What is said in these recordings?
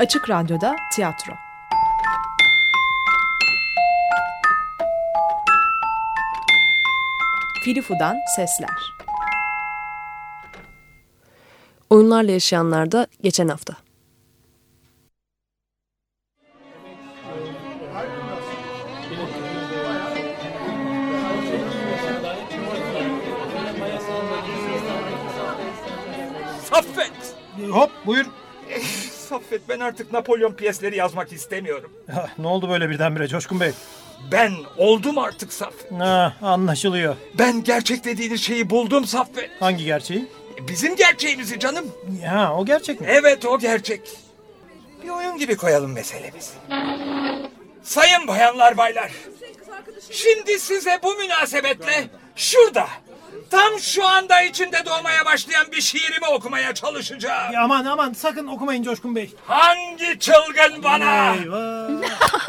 Açık Radyo'da tiyatro. Filifu'dan sesler. Oyunlarla Yaşayanlar'da geçen hafta. Saffet! Hop buyur. Saffet, ben artık Napolyon piyesleri yazmak istemiyorum. Ne oldu böyle birdenbire Coşkun Bey? Ben oldum artık Saffet. Anlaşılıyor. Ben gerçek dediğiniz şeyi buldum Saffet. Hangi gerçeği? Bizim gerçeğimizi canım. Ya o gerçek mi? Evet, o gerçek. Bir oyun gibi koyalım meselemizi. Sayın bayanlar baylar, şimdi size bu münasebetle şurada, tam şu anda içinde doğmaya başlayan bir şiirimi okumaya çalışacağım. Ya aman sakın okumayın Coşkun Bey. Hangi çılgın bana? Eyvah.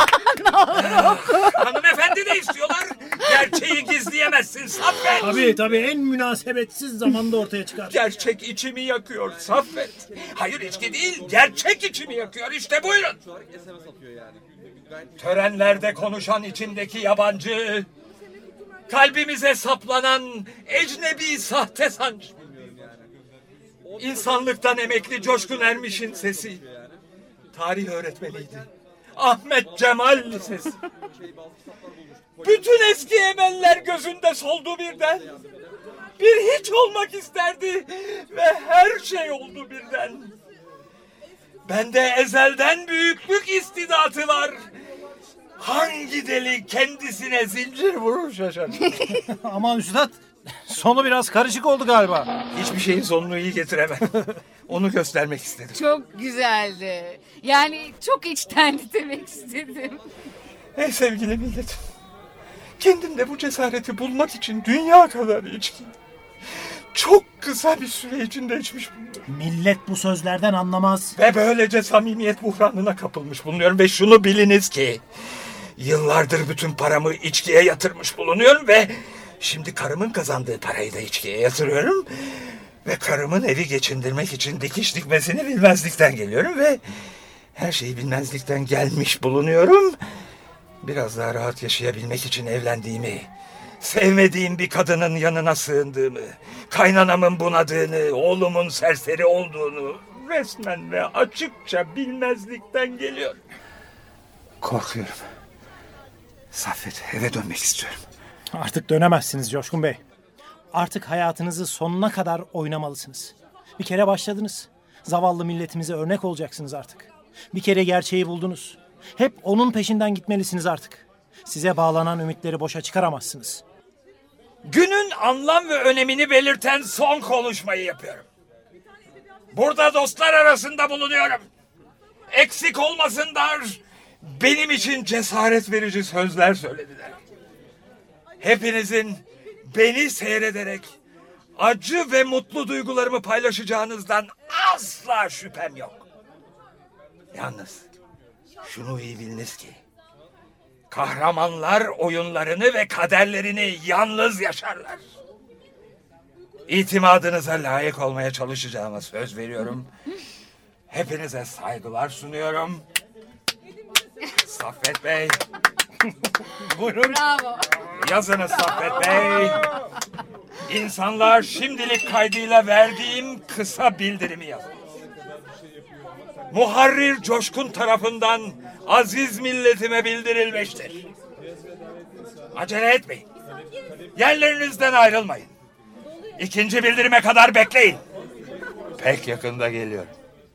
Hanımefendi de istiyorlar. Gerçeği gizleyemezsin Saffet. Tabii en münasebetsiz zamanda ortaya çıkar. Gerçek içimi yakıyor Saffet. Hayır, içki değil, gerçek içimi yakıyor. İşte buyurun. Törenlerde konuşan içindeki yabancı, kalbimize saplanan ecnebi sahte sancı. İnsanlıktan emekli Coşkun Ermiş'in sesi. Tarih öğretmeniydi. Ahmet Cemal Lisesi. Bütün eski emeller gözünde soldu birden. Bir hiç olmak isterdi ve her şey oldu birden. Bende ezelden büyüklük istidatı var. Hangi deli kendisine zincir vurur şaşar. Aman üstad, sonu biraz karışık oldu galiba. Hiçbir şeyin sonunu iyi getiremem. Onu göstermek istedim. Çok güzeldi. Yani çok içtendi demek istedim. Ey sevgili milletim. Kendimde bu cesareti bulmak için dünya kadar içki. Çok kısa bir süre içinde içmiş bulunuyorum. Millet bu sözlerden anlamaz. Ve böylece samimiyet buhranına kapılmış bulunuyorum. Ve şunu biliniz ki yıllardır bütün paramı içkiye yatırmış bulunuyorum ve şimdi karımın kazandığı parayı da içkiye yatırıyorum. Ve karımın evi geçindirmek için dikiş dikmesini bilmezlikten geliyorum ve her şeyi bilmezlikten gelmiş bulunuyorum. Biraz daha rahat yaşayabilmek için evlendiğimi, sevmediğim bir kadının yanına sığındığımı, kaynanamın bunadığını, oğlumun serseri olduğunu resmen ve açıkça bilmezlikten geliyorum. Korkuyorum. Saffet, eve dönmek istiyorum. Artık dönemezsiniz Coşkun Bey. Artık hayatınızı sonuna kadar oynamalısınız. Bir kere başladınız. Zavallı milletimize örnek olacaksınız artık. Bir kere gerçeği buldunuz. Hep onun peşinden gitmelisiniz artık. Size bağlanan ümitleri boşa çıkaramazsınız. Günün anlam ve önemini belirten son konuşmayı yapıyorum. Burada dostlar arasında bulunuyorum. Eksik olmasınlar, benim için cesaret verici sözler söylediler. Hepinizin beni seyrederek acı ve mutlu duygularımı paylaşacağınızdan asla şüphem yok. Yalnız şunu iyi biliniz ki kahramanlar oyunlarını ve kaderlerini yalnız yaşarlar. İtimadınıza layık olmaya çalışacağıma söz veriyorum. Hepinize saygılar sunuyorum. Saffet Bey. Buyurun. Bravo. Yazınız Saffet Bey. İnsanlar şimdilik kaydıyla verdiğim kısa bildirimi yazın. Muharrir Coşkun tarafından aziz milletime bildirilmiştir. Acele etmeyin. Yerlerinizden ayrılmayın. İkinci bildirime kadar bekleyin. Pek yakında geliyorum.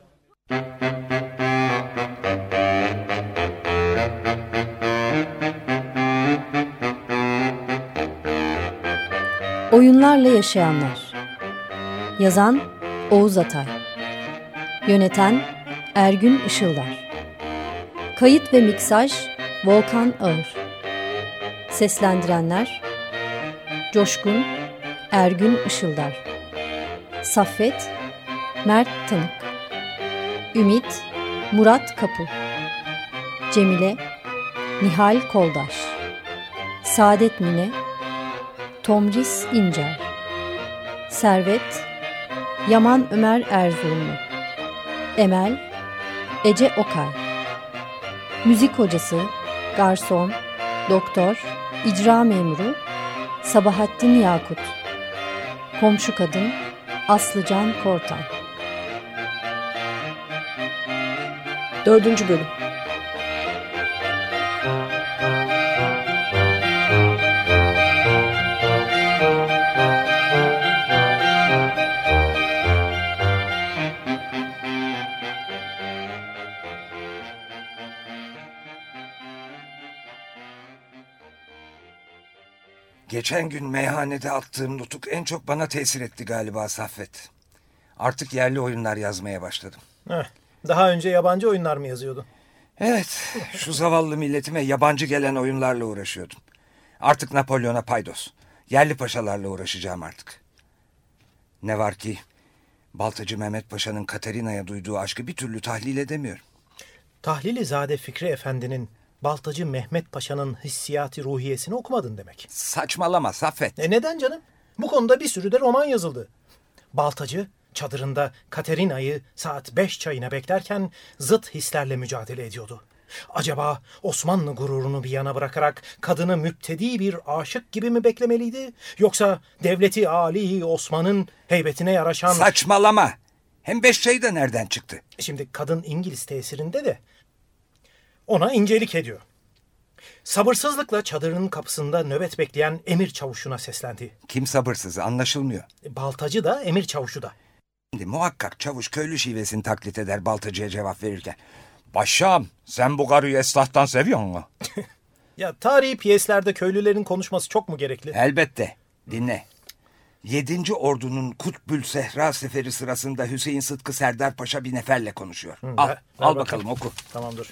Oyunlarla Yaşayanlar. Yazan Oğuz Atay. Yöneten Ergün Işıldar. Kayıt ve miksaj Volkan Ağır. Seslendirenler Coşkun Ergün Işıldar, Saffet Mert Tanık, Ümit Murat Kapı, Cemile Nihal Koldaş, Saadet Mine Tomris İncer, Servet Yaman Ömer Erzurumlu, Emel Ece Okay. Müzik hocası, garson, doktor, icra memuru Sabahattin Yakut. Komşu kadın Aslıcan Kortay. 4. bölüm. Geçen gün meyhanede attığım nutuk en çok bana tesir etti galiba Saffet. Artık yerli oyunlar yazmaya başladım. Daha önce yabancı oyunlar mı yazıyordun? Evet, şu zavallı milletime yabancı gelen oyunlarla uğraşıyordum. Artık Napolyon'a paydos. Yerli paşalarla uğraşacağım artık. Ne var ki Baltacı Mehmet Paşa'nın Katerina'ya duyduğu aşkı bir türlü tahlil edemiyorum. Tahlilizade Fikri Efendi'nin Baltacı Mehmet Paşa'nın hissiyat-ı ruhiyesini okumadın demek. Saçmalama Saffet. Neden canım? Bu konuda bir sürü de roman yazıldı. Baltacı çadırında Katerina'yı saat 5 çayına beklerken zıt hislerle mücadele ediyordu. Acaba Osmanlı gururunu bir yana bırakarak kadını müptedi bir aşık gibi mi beklemeliydi? Yoksa devleti âli Osman'ın heybetine yaraşan... Saçmalama. Hem 5 çayı da nereden çıktı? Şimdi kadın İngiliz tesirinde de ona incelik ediyor. Sabırsızlıkla çadırının kapısında nöbet bekleyen emir çavuşuna seslendi. Kim sabırsız anlaşılmıyor. Baltacı da emir çavuşu da. Şimdi muhakkak çavuş köylü şivesini taklit eder Baltacı'ya cevap verirken. Paşam sen bu karıyı esnaftan seviyor musun? Ya tarihi piyeslerde köylülerin konuşması çok mu gerekli? Elbette. Dinle. 7. Ordu'nun Kutbül Sehra seferi sırasında Hüseyin Sıtkı Serdar Paşa bir neferle konuşuyor. Al bakalım oku. Tamamdır.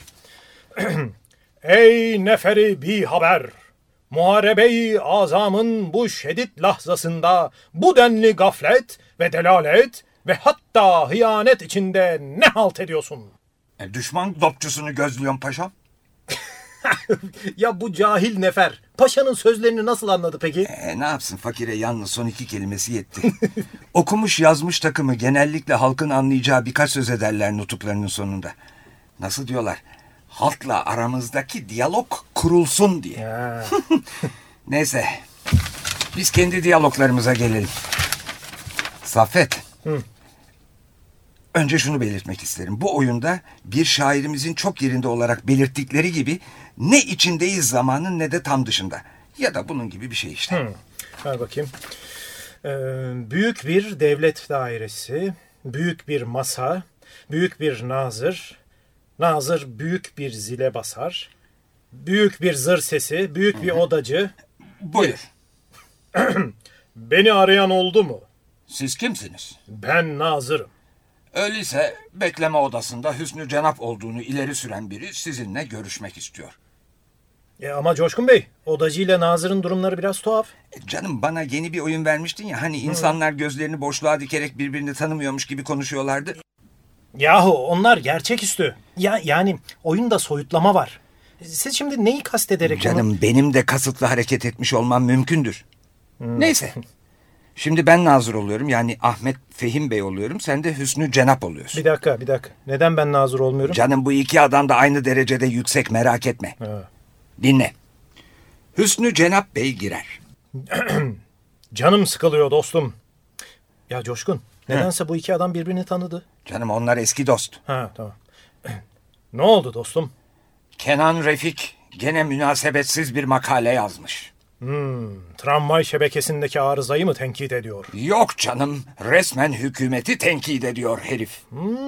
Ey neferi bir haber! Muharebe-i azamın bu şedid lahzasında bu denli gaflet ve delalet ve hatta hıyanet içinde ne halt ediyorsun? Düşman dopçusunu gözlüyorum paşam. Ya bu cahil nefer paşanın sözlerini nasıl anladı peki? Ne yapsın fakire yalnız son 2 kelimesi yetti. Okumuş yazmış takımı genellikle halkın anlayacağı birkaç söz ederler nutuklarının sonunda. Nasıl diyorlar? Halkla aramızdaki diyalog kurulsun diye. Neyse. Biz kendi diyaloglarımıza gelelim. Saffet. Önce şunu belirtmek isterim. Bu oyunda bir şairimizin çok yerinde olarak belirttikleri gibi ne içindeyiz zamanın ne de tam dışında. Ya da bunun gibi bir şey işte. Ver bakayım. Büyük bir devlet dairesi, büyük bir masa, büyük bir nazır, nazır büyük bir zile basar, büyük bir zır sesi, büyük bir odacı. Buyur. Beni arayan oldu mu? Siz kimsiniz? Ben nazırım. Öyleyse bekleme odasında Hüsnü Cenap olduğunu ileri süren biri sizinle görüşmek istiyor. Ama Coşkun Bey, odacı ile nazırın durumları biraz tuhaf. Canım bana yeni bir oyun vermiştin ya hani insanlar gözlerini boşluğa dikerek birbirini tanımıyormuş gibi konuşuyorlardı. Yahu onlar gerçeküstü. Yani oyunda soyutlama var. Siz şimdi neyi kastederek... Canım benim de kasıtlı hareket etmiş olmam mümkündür. Neyse. Şimdi ben nazır oluyorum. Yani Ahmet Fehim Bey oluyorum. Sen de Hüsnü Cenap oluyorsun. Bir dakika. Neden ben nazır olmuyorum? Canım bu 2 adam da aynı derecede yüksek merak etme. Dinle. Hüsnü Cenap Bey girer. Canım sıkılıyor dostum. Ya Coşkun, nedense bu 2 adam birbirini tanıdı. Canım onlar eski dost. Tamam. Ne oldu dostum? Kenan Refik gene münasebetsiz bir makale yazmış. Tramvay şebekesindeki arızayı mı tenkit ediyor? Yok canım, resmen hükümeti tenkit ediyor herif.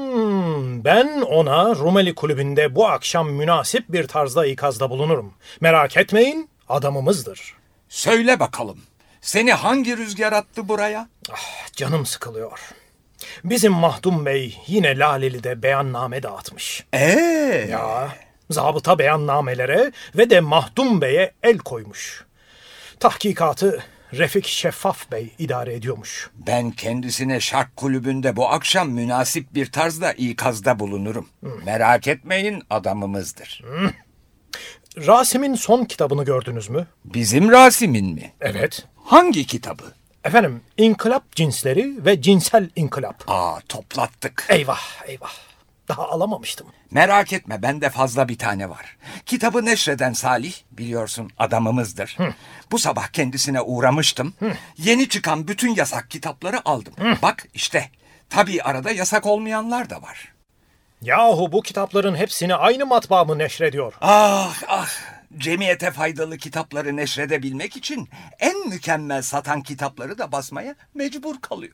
Ben ona Rumeli Kulübü'nde bu akşam münasip bir tarzda ikazda bulunurum. Merak etmeyin, adamımızdır. Söyle bakalım, seni hangi rüzgar attı buraya? Canım sıkılıyor. Bizim Mahdum Bey yine Laleli'de beyanname dağıtmış. Ya, zabıta beyannamelere ve de Mahdum Bey'e el koymuş. Tahkikatı Refik Şeffaf Bey idare ediyormuş. Ben kendisine Şark Kulübü'nde bu akşam münasip bir tarzda ikazda bulunurum. Merak etmeyin, adamımızdır. Rasim'in son kitabını gördünüz mü? Bizim Rasim'in mi? Evet. Hangi kitabı? Efendim, İnkılap Cinsleri ve Cinsel İnkılap. Toplattık. Eyvah. Daha alamamıştım. Merak etme, bende fazla bir tane var. Kitabı neşreden Salih, biliyorsun adamımızdır. Bu sabah kendisine uğramıştım. Yeni çıkan bütün yasak kitapları aldım. Bak işte, tabii arada yasak olmayanlar da var. Yahu bu kitapların hepsini aynı matbaa mı neşrediyor? Ah, cemiyete faydalı kitapları neşredebilmek için en mükemmel satan kitapları da basmaya mecbur kalıyor.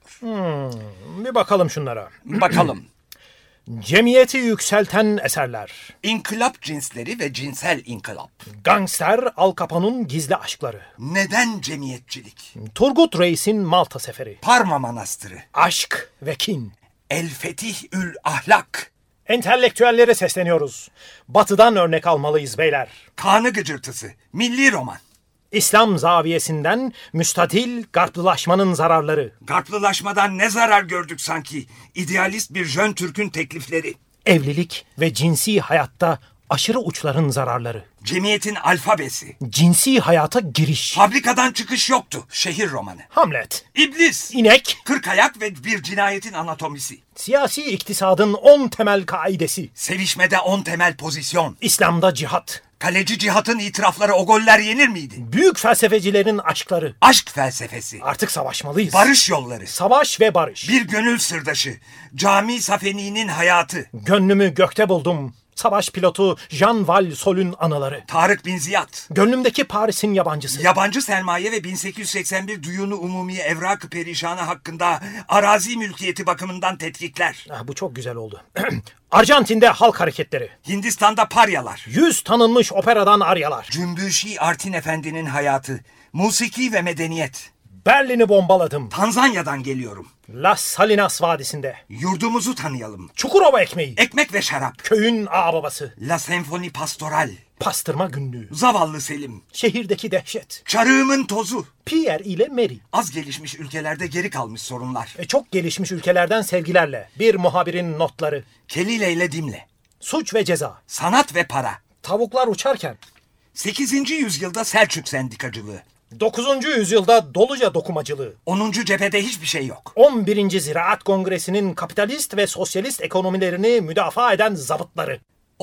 Bir bakalım şunlara. Bakalım. Cemiyeti yükselten eserler. İnkılap cinsleri ve cinsel inkılap. Gangster Al Capone'un gizli aşkları. Neden cemiyetçilik? Turgut Reis'in Malta seferi. Parma Manastırı. Aşk ve kin. El Fetihül Ahlak. Entelektüellere sesleniyoruz. Batı'dan örnek almalıyız beyler. Kanı Gıcırtısı. Milli roman. İslam zaviyesinden müstadil garplılaşmanın zararları. Garplılaşmadan ne zarar gördük sanki? İdealist bir Jön Türk'ün teklifleri. Evlilik ve cinsi hayatta aşırı uçların zararları. Cemiyetin alfabesi. Cinsi hayata giriş. Fabrikadan çıkış yoktu. Şehir romanı. Hamlet. İblis. İnek. 40 ayak ve bir cinayetin anatomisi. Siyasi iktisadın 10 temel kaidesi. Sevişmede 10 temel pozisyon. İslam'da cihat. Kaleci Cihat'ın itirafları, o goller yenir miydi? Büyük felsefecilerin aşkları. Aşk felsefesi. Artık savaşmalıyız. Barış yolları. Savaş ve barış. Bir gönül sırdaşı. Cami Safeni'nin hayatı. Gönlümü gökte buldum. Savaş pilotu Jean Valsol'ün anıları. Tarık Bin Ziyad. Gönlümdeki Paris'in yabancısı. Yabancı sermaye ve 1881 Duyunu Umumiye Evrak-ı Perişanı hakkında arazi mülkiyeti bakımından tetkikler. Bu çok güzel oldu. Arjantin'de halk hareketleri. Hindistan'da paryalar. 100 tanınmış operadan aryalar. Cümbüşi Artin Efendi'nin hayatı. Musiki ve medeniyet. Berlin'i bombaladım. Tanzanya'dan geliyorum. Las Salinas Vadisi'nde. Yurdumuzu tanıyalım. Çukurova ekmeği. Ekmek ve şarap. Köyün ağababası. La Senfoni Pastoral. Pastırma günlüğü. Zavallı Selim. Şehirdeki dehşet. Çarığımın tozu. Pierre ile Mary. Az gelişmiş ülkelerde geri kalmış sorunlar. Çok gelişmiş ülkelerden sevgilerle. Bir muhabirin notları. Kelile ile Dimle. Suç ve ceza. Sanat ve para. Tavuklar uçarken. 8. yüzyılda Selçuk sendikacılığı. 9. yüzyılda Doluca dokumacılığı. 10. cephede hiçbir şey yok. 11. Ziraat Kongresi'nin kapitalist ve sosyalist ekonomilerini müdafaa eden zabıtları.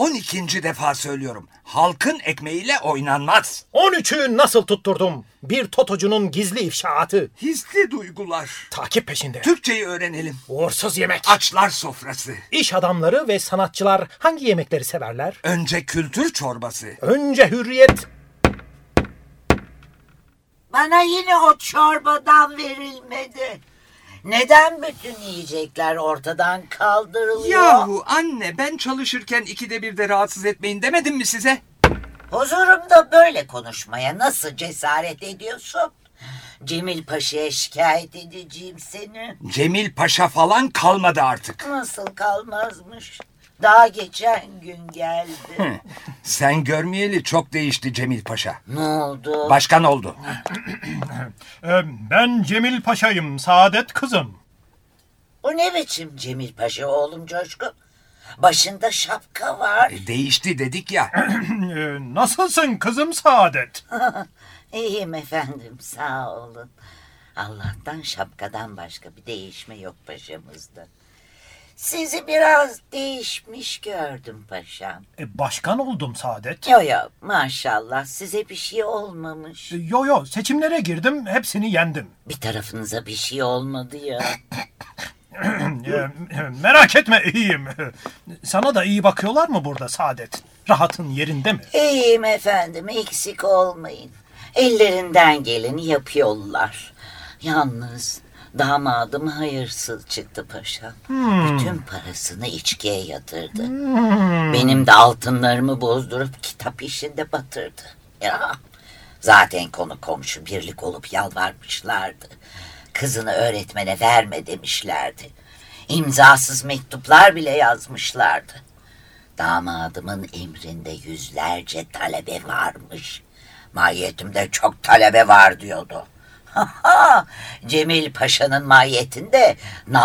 12. defa söylüyorum. Halkın ekmeğiyle oynanmaz. 13'ü nasıl tutturdum? Bir totocunun gizli ifşaatı. Hisli duygular. Takip peşinde. Türkçeyi öğrenelim. Uğursuz yemek. Açlar sofrası. İş adamları ve sanatçılar hangi yemekleri severler? Önce kültür çorbası. Önce hürriyet. Bana yine o çorbadan verilmedi. Neden bütün yiyecekler ortadan kaldırılıyor? Yahu anne, ben çalışırken 2'de 1'de rahatsız etmeyin demedim mi size? Huzurumda böyle konuşmaya nasıl cesaret ediyorsun? Cemil Paşa'ya şikayet edeceğim seni. Cemil Paşa falan kalmadı artık. Nasıl kalmazmış? Daha geçen gün geldi. Sen görmeyeli çok değişti Cemil Paşa. Ne oldu? Başkan oldu. Ben Cemil Paşa'yım, Saadet kızım. O ne biçim Cemil Paşa oğlum Coşkun? Başında şapka var. Değişti dedik ya. Nasılsın kızım Saadet? İyiyim efendim, sağ olun. Allah'tan şapkadan başka bir değişme yok paşamızda. Sizi biraz değişmiş gördüm paşam. Başkan oldum Saadet. Yo maşallah, size bir şey olmamış. Yo seçimlere girdim, hepsini yendim. Bir tarafınıza bir şey olmadı ya. Merak etme, iyiyim. Sana da iyi bakıyorlar mı burada Saadet? Rahatın yerinde mi? İyiyim efendim, eksik olmayın. Ellerinden geleni yapıyorlar. Yalnız damadım hayırsız çıktı paşam. Bütün parasını içkiye yatırdı. Benim de altınlarımı bozdurup kitap işinde batırdı. Ya, zaten konu komşu birlik olup yalvarmışlardı. Kızını öğretmene verme demişlerdi. İmzasız mektuplar bile yazmışlardı. Damadımın emrinde yüzlerce talebe varmış. Mahiyetimde çok talebe var diyordu. Cemil Paşa'nın mahiyetinde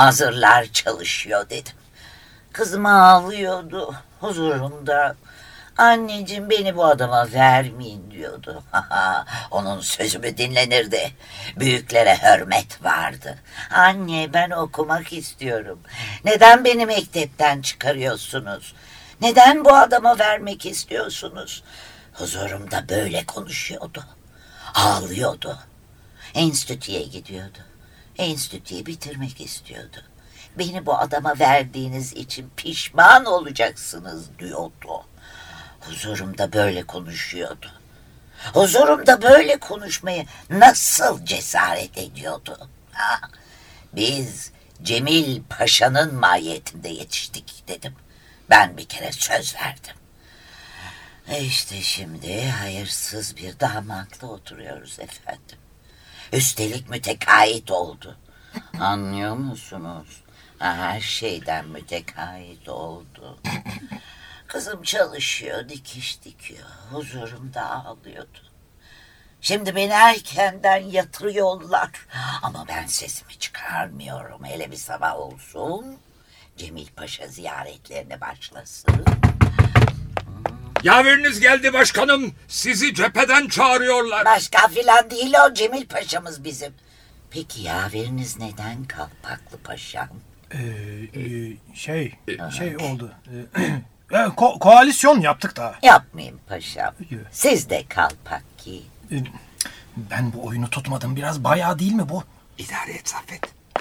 nazırlar çalışıyor dedim. Kızım ağlıyordu huzurumda. Anneciğim beni bu adama vermeyin diyordu. Onun sözü mü dinlenirdi? Büyüklere hürmet vardı. Anne ben okumak istiyorum. Neden beni mektepten çıkarıyorsunuz? Neden bu adama vermek istiyorsunuz? Huzurumda böyle konuşuyordu. Ağlıyordu. Enstitüye gidiyordu. Enstitüyü bitirmek istiyordu. Beni bu adama verdiğiniz için pişman olacaksınız diyordu. Huzurumda böyle konuşuyordu. Huzurumda böyle konuşmayı nasıl cesaret ediyordu? Biz Cemil Paşa'nın mahiyetinde yetiştik dedim. Ben bir kere söz verdim. İşte şimdi hayırsız bir damatla oturuyoruz efendim. Üstelik mütekait oldu. Anlıyor musunuz? Her şeyden mütekait oldu. Kızım çalışıyor, dikiş dikiyor. Huzurumda ağlıyordu. Şimdi beni erkenden yatırıyorlar. Ama ben sesimi çıkarmıyorum. Hele bir sabah olsun. Cemil Paşa ziyaretlerine başlasın. Yaveriniz geldi başkanım. Sizi cepheden çağırıyorlar. Başka filan değil o, Cemil Paşa'mız bizim. Peki yaveriniz neden kalpaklı paşam? Şey oldu. Koalisyon yaptık da. Yapmayın paşam. Siz de kalpak giyin. Ben bu oyunu tutmadım. Biraz bayağı değil mi bu? İdare et Saffet.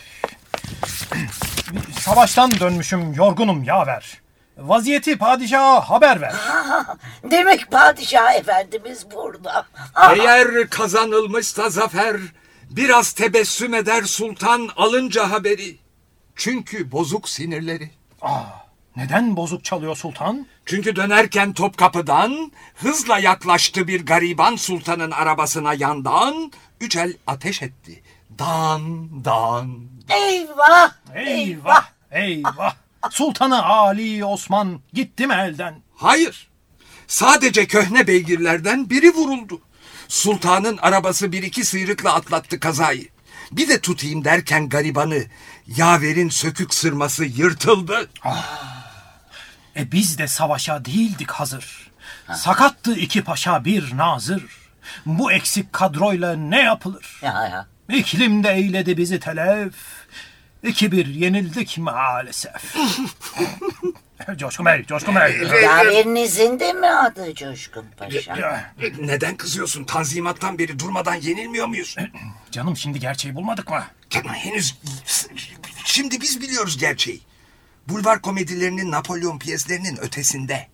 Savaştan dönmüşüm, yorgunum yaver. Vaziyeti padişaha haber ver. Demek padişah efendimiz burada. Eğer kazanılmışsa zafer, biraz tebessüm eder sultan alınca haberi. Çünkü bozuk sinirleri. Neden bozuk çalıyor sultan? Çünkü dönerken Topkapı'dan hızla yaklaştı bir gariban sultanın arabasına yandan, 3 el ateş etti. Dan. Eyvah! Eyvah! Eyvah! Sultanı Ali Osman gitti mi elden? Hayır. Sadece köhne beygirlerden biri vuruldu. Sultanın arabası 1-2 sıyrıkla atlattı kazayı. Bir de tutayım derken garibanı, yaverin sökük sırması yırtıldı. Biz de savaşa değildik hazır. Sakattı 2 paşa bir nazır. Bu eksik kadroyla ne yapılır? Ya. İklim de eyledi bizi telef. 2-1 yenildik maalesef. Coşkun Bey. Yaverinizin de mi adı Coşkun Paşa? Neden kızıyorsun? Tanzimattan beri durmadan yenilmiyor muyuz? Canım şimdi gerçeği bulmadık mı? Henüz... Şimdi biz biliyoruz gerçeği. Bulvar komedilerinin, Napolyon piyeslerinin ötesinde.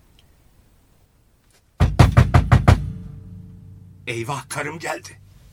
Eyvah, karım geldi.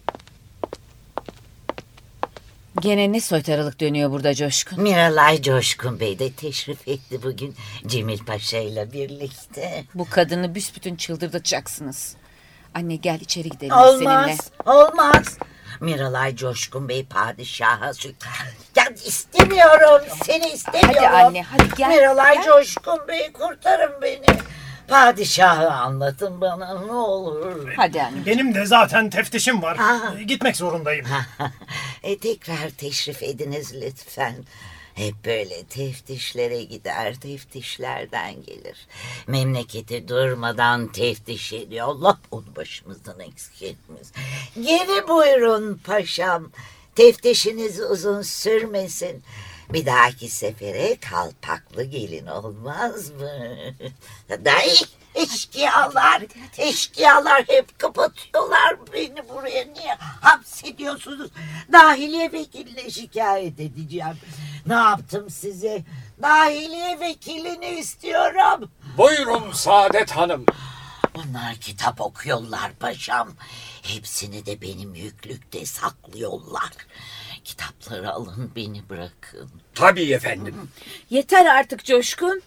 Gene ne soytarılık dönüyor burada Coşkun? Miralay Coşkun Bey de teşrif etti bugün Cemil Paşa ile birlikte. Bu kadını büsbütün çıldırtacaksınız. Anne gel içeri gidelim seninle. Olmaz. Miralay Coşkun Bey padişaha Ya istemiyorum, seni istemiyorum. Hadi anne, hadi gel. Miralay Coşkun Bey kurtarın beni. Padişahı anlatın bana ne olur. Hadi anne. Benim de zaten teftişim var. Gitmek zorundayım. Tekrar teşrif ediniz lütfen. Hep böyle teftişlere gider, teftişlerden gelir. Memleketi durmadan teftiş ediyor. Allah onu başımızdan eksik etmez. Geri buyurun paşam. Teftişiniz uzun sürmesin. Bir dahaki sefere kalpaklı gelin olmaz mı? Dahi eşkıyalar hep kapatıyorlar beni buraya. Niye hapsediyorsunuz? Dahiliye vekiline şikayet edeceğim. Ne yaptım size? Dahiliye vekilini istiyorum. Buyurun Saadet Hanım. Bunlar kitap okuyorlar paşam. Hepsini de benim yüklükte saklıyorlar. Kitapları alın, beni bırakın. Tabii efendim. Yeter artık Coşkun.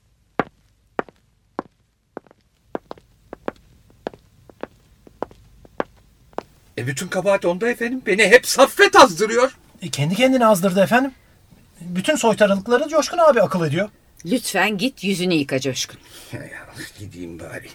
Bütün kabahat onda efendim. Beni hep Saffet azdırıyor. Kendi kendine azdırdı efendim. Bütün soytarılıkları Coşkun abi akıl ediyor. Lütfen git yüzünü yıka Coşkun. Gideyim bari.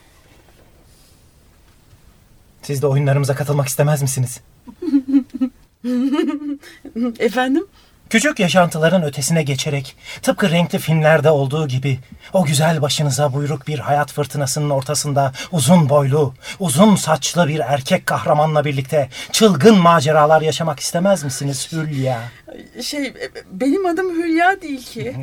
Siz de oyunlarımıza katılmak istemez misiniz? Efendim? Küçük yaşantıların ötesine geçerek tıpkı renkli filmlerde olduğu gibi o güzel başınıza buyruk bir hayat fırtınasının ortasında uzun boylu, uzun saçlı bir erkek kahramanla birlikte çılgın maceralar yaşamak istemez misiniz Hülya? Benim adım Hülya değil ki.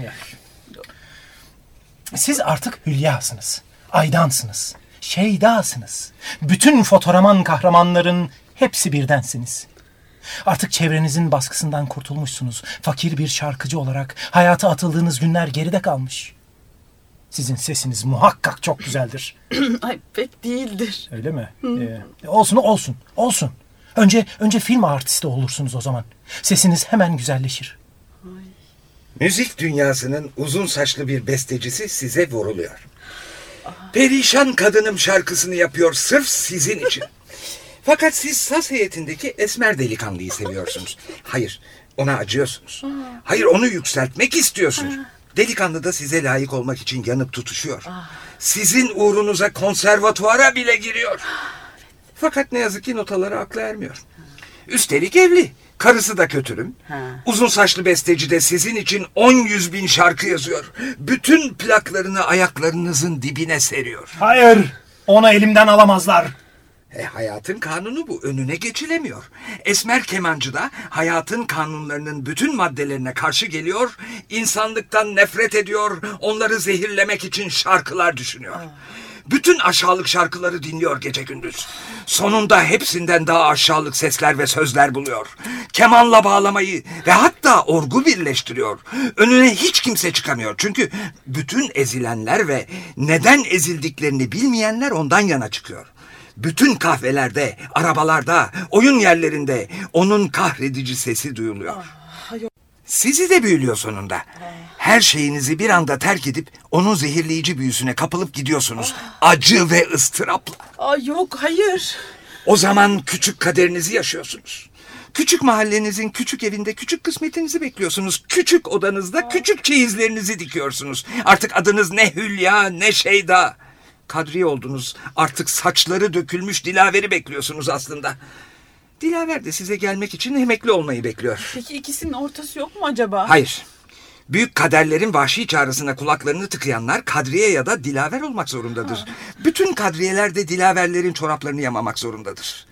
Siz artık Hülya'sınız, Aydan'sınız, Şeyda'sınız. Bütün fotoğraman kahramanların hepsi birdensiniz. Artık çevrenizin baskısından kurtulmuşsunuz. Fakir bir şarkıcı olarak hayata atıldığınız günler geride kalmış. Sizin sesiniz muhakkak çok güzeldir. Ay pek değildir. Öyle mi? Olsun. Önce film artisti olursunuz o zaman. Sesiniz hemen güzelleşir. Müzik dünyasının uzun saçlı bir bestecisi size vuruluyor. Perişan Kadınım şarkısını yapıyor sırf sizin için. Fakat siz saz heyetindeki esmer delikanlıyı seviyorsunuz. Hayır, ona acıyorsunuz. Hayır, onu yükseltmek istiyorsunuz. Delikanlı da size layık olmak için yanıp tutuşuyor. Sizin uğrunuza konservatuvara bile giriyor. Fakat ne yazık ki notaları akla ermiyor. Üstelik evli. Karısı da kötürüm. Uzun saçlı besteci de sizin için 100 bin şarkı yazıyor. Bütün plaklarını ayaklarınızın dibine seriyor. Hayır, onu elimden alamazlar. Hayatın kanunu bu. Önüne geçilemiyor. Esmer kemancı da hayatın kanunlarının bütün maddelerine karşı geliyor, insanlıktan nefret ediyor, onları zehirlemek için şarkılar düşünüyor. Bütün aşağılık şarkıları dinliyor gece gündüz. Sonunda hepsinden daha aşağılık sesler ve sözler buluyor. Kemanla bağlamayı ve hatta orgu birleştiriyor. Önüne hiç kimse çıkamıyor. Çünkü bütün ezilenler ve neden ezildiklerini bilmeyenler ondan yana çıkıyor. Bütün kahvelerde, arabalarda, oyun yerlerinde onun kahredici sesi duyuluyor. Sizi de büyülüyor sonunda. Her şeyinizi bir anda terk edip onun zehirleyici büyüsüne kapılıp gidiyorsunuz. Acı ve ıstırapla. Yok, hayır. O zaman küçük kaderinizi yaşıyorsunuz. Küçük mahallenizin küçük evinde küçük kısmetinizi bekliyorsunuz. Küçük odanızda küçük çeyizlerinizi dikiyorsunuz. Artık adınız ne Hülya ne Şeyda. Kadriye oldunuz. Artık saçları dökülmüş Dilaver'i bekliyorsunuz aslında. Dilaver de size gelmek için emekli olmayı bekliyor. Peki ikisinin ortası yok mu acaba? Hayır. Büyük kaderlerin vahşi çağrısına kulaklarını tıkayanlar Kadriye ya da Dilaver olmak zorundadır. Bütün kadriyeler de Dilaverlerin çoraplarını yamamak zorundadır.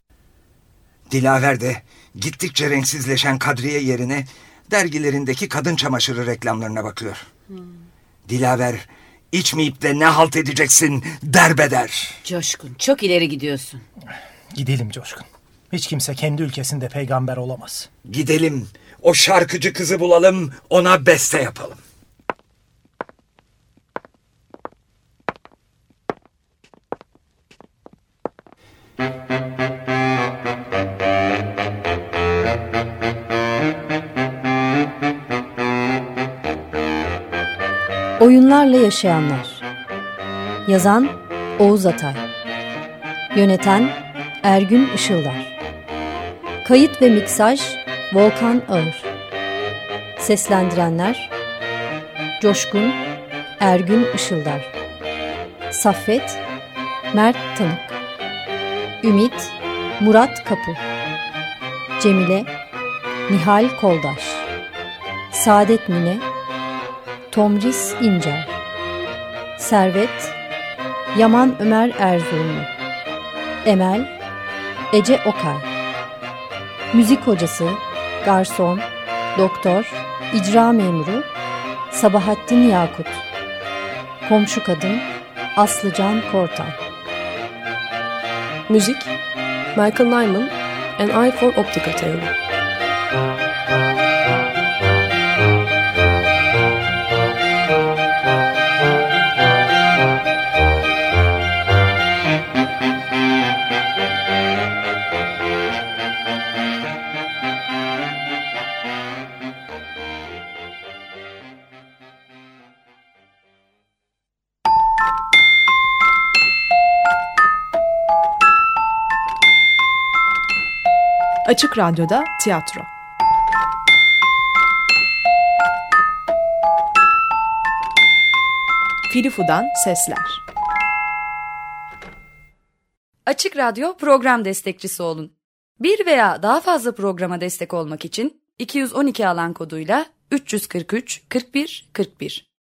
Dilaver de gittikçe renksizleşen Kadriye yerine dergilerindeki kadın çamaşırı reklamlarına bakıyor. Dilaver, içmeyip de ne halt edeceksin derbeder. Coşkun, çok ileri gidiyorsun. Gidelim Coşkun. Hiç kimse kendi ülkesinde peygamber olamaz. Gidelim, o şarkıcı kızı bulalım, ona beste yapalım. Oyunlarla Yaşayanlar. Yazan Oğuz Atay. Yöneten Ergün Işıldar. Kayıt ve miksaj Volkan Ağır. Seslendirenler Coşkun Ergün Işıldar, Saffet Mert Tanık, Ümit Murat Kapı, Cemile Nihal Koldaş, Saadet Mine Tomris İncer, Servet Yaman Ömer Erzurumlu, Emel Ece Okay. Müzik hocası, garson, doktor, icra memuru Sabahattin Yakut. Komşu kadın Aslıcan Kortan. Müzik Michael Nyman, An Eye for Optical Theory. Açık Radyo'da tiyatro. Filifu'dan sesler. Açık Radyo program destekçisi olun. Bir veya daha fazla programa destek olmak için 212 alan koduyla 343 41 41.